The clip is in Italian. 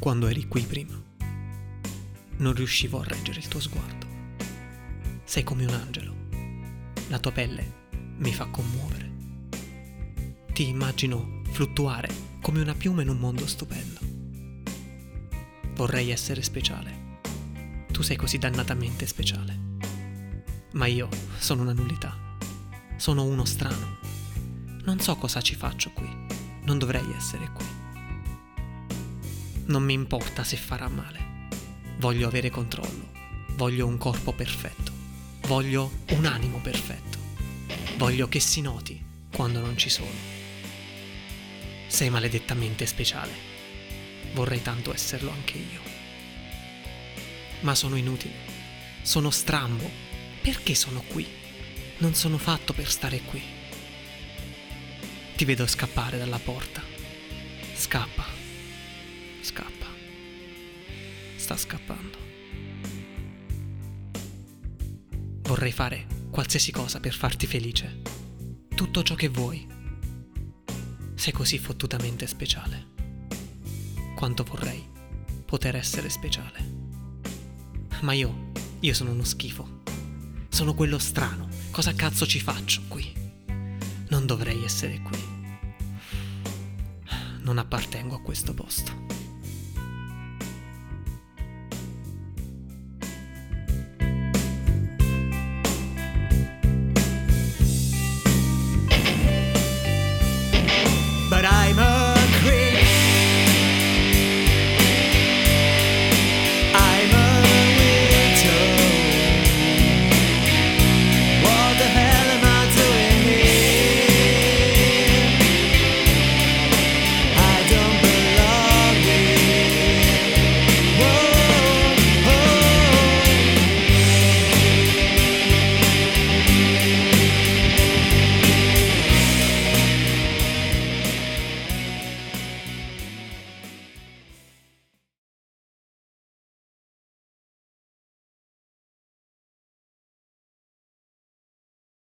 quando eri qui prima. Non riuscivo a reggere il tuo sguardo. Sei come un angelo. La tua pelle mi fa commuovere. Ti immagino fluttuare come una piuma in un mondo stupendo. Vorrei essere speciale. Tu sei così dannatamente speciale. Ma io sono una nullità. Sono uno strano. Non so cosa ci faccio qui. Non dovrei essere qui. Non mi importa se farà male. Voglio avere controllo. Voglio un corpo perfetto. Voglio un animo perfetto. Voglio che si noti quando non ci sono. Sei maledettamente speciale. Vorrei tanto esserlo anche io. Ma sono inutile. Sono strambo. Perché sono qui? Non sono fatto per stare qui. Ti vedo scappare dalla porta. Scappa. Scappa. Sta scappando. Vorrei fare qualsiasi cosa per farti felice. Tutto ciò che vuoi. Sei così fottutamente speciale. Quanto vorrei poter essere speciale. Ma io sono uno schifo. Sono quello strano. Cosa cazzo ci faccio qui? Non dovrei essere qui. Non appartengo a questo posto.